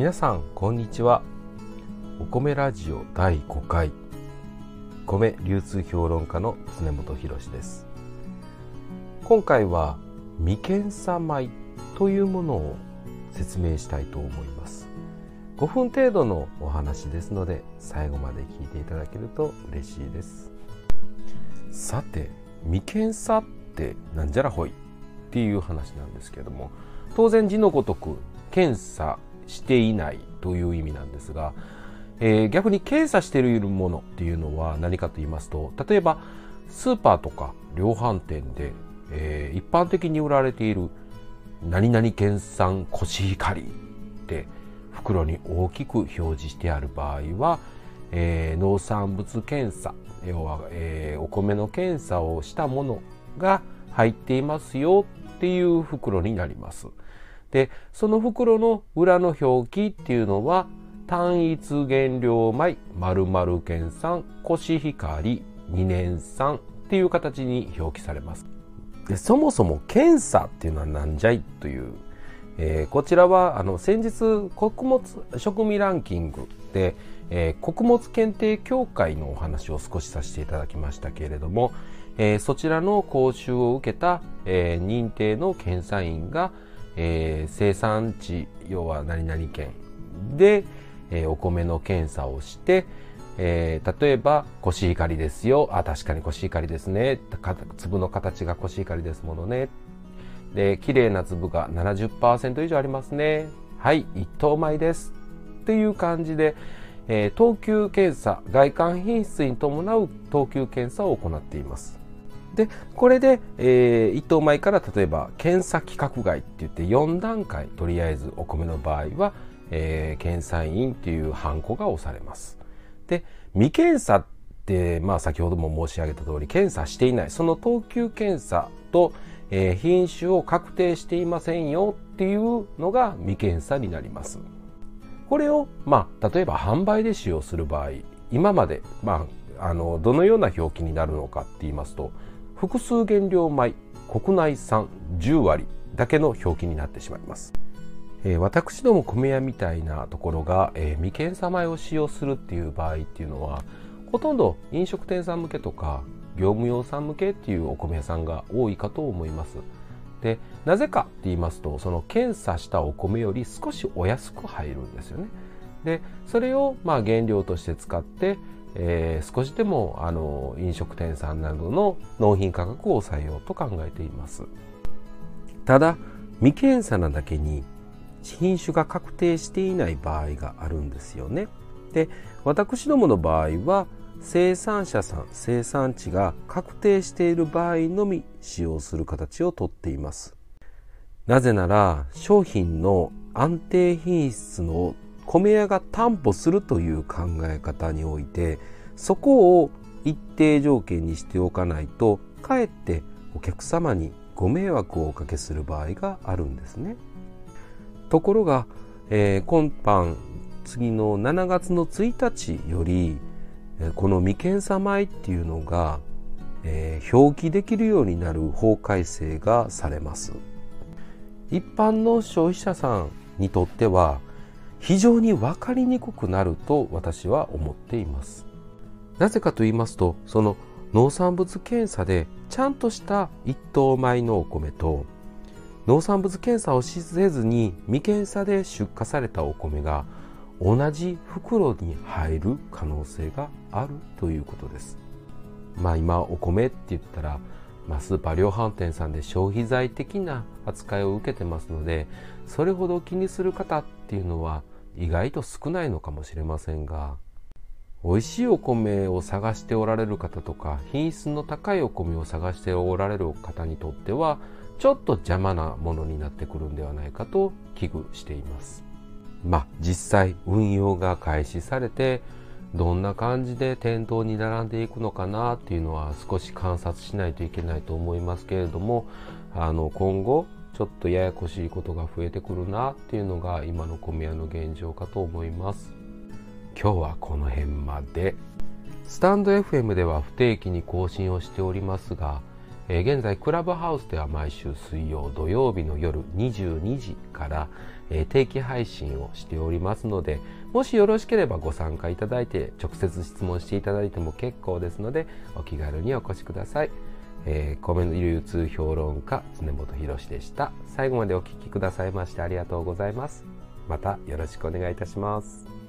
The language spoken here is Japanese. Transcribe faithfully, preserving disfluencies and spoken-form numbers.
皆さんこんにちは。お米ラジオだいごかい、米流通評論家の常本博です。今回は未検査米というものを説明したいと思います。ごふん程度のお話ですので最後まで聞いていただけると嬉しいです。さて、未検査ってなんじゃらほいっていう話なんですけれども、当然字のごとく検査していないという意味なんですが、えー、逆に検査しているものっていうのは何かと言いますと、例えばスーパーとか量販店で、えー、一般的に売られている何々県産コシヒカリって袋に大きく表示してある場合は、えー、農産物検査、要は、えー、お米の検査をしたものが入っていますよっていう袋になります。で、その袋の裏の表記っていうのは単一原料米〇〇県産コシヒカリにねん産っていう形に表記されます。で、そもそも検査っていうのは何じゃいという、えー、こちらはあの先日穀物食味ランキングで、えー、穀物検定協会のお話を少しさせていただきましたけれども、えー、そちらの講習を受けた、えー、認定の検査員がえー、生産地、要は何々県で、えー、お米の検査をして、えー、例えばコシヒカリですよ、あ、確かにコシヒカリですね、粒の形がコシヒカリですものね、で綺麗な粒が ななじゅっパーセント 以上ありますね、はい一等米ですっていう感じで、えー、等級検査、外観品質に伴う等級検査を行っています。でこれで、えー、一等米から例えば検査規格外って言ってよんだんかい、とりあえずお米の場合は、えー、検査員っていうハンコが押されます。で未検査って、まあ、先ほども申し上げた通り検査していない、その等級検査と、えー、品種を確定していませんよっていうのが未検査になります。これを、まあ、例えば販売で使用する場合、今まで、まあ、あのどのような表記になるのかって言いますと、複数原料米国内産じゅうわりだけの表記になってしまいます。えー、私ども米屋みたいなところが、えー、未検査米を使用するっていう場合っていうのは、ほとんど飲食店さん向けとか業務用さん向けっていうお米屋さんが多いかと思います。で、なぜかって言いますと、その検査したお米より少しお安く入るんですよね。で、それをまあ原料として使ってえー、少しでもあの飲食店さんなどの納品価格を抑えようと考えています。ただ未検査なだけに品種が確定していない場合があるんですよね。で、私どもの場合は生産者さん、生産地が確定している場合のみ使用する形をとっています。なぜなら商品の安定品質の米屋が担保するという考え方において、そこを一定条件にしておかないと、かえってお客様にご迷惑をおかけする場合があるんですね。ところが、えー、今般次のしちがつのついたちよりこの未検査米っていうのが、えー、表記できるようになる法改正がされます。一般の消費者さんにとっては非常に分かりにくくなると私は思っています。なぜかと言いますと、その農産物検査でちゃんとした一等米のお米と、農産物検査をせずに未検査で出荷されたお米が同じ袋に入る可能性があるということです。まあ今お米って言ったら、まあ、スーパー量販店さんで消費財的な扱いを受けてますので、それほど気にする方っていうのは意外と少ないのかもしれませんが、美味しいお米を探しておられる方とか、品質の高いお米を探しておられる方にとってはちょっと邪魔なものになってくるんではないかと危惧しています。まあ実際運用が開始されてどんな感じで店頭に並んでいくのかなっていうのは少し観察しないといけないと思いますけれども、あの今後ちょっとややこしいことが増えてくるなっていうのが今の米屋の現状かと思います。今日はこの辺まで。スタンド エフエム では不定期に更新をしておりますが、 えー、現在クラブハウスでは毎週水曜土曜日の夜にじゅうにじから、えー、定期配信をしておりますので、もしよろしければご参加いただいて直接質問していただいても結構ですので、お気軽にお越しください。えー、米流通評論家常本博でした。最後までお聞きくださいましてありがとうございます。またよろしくお願いいたします。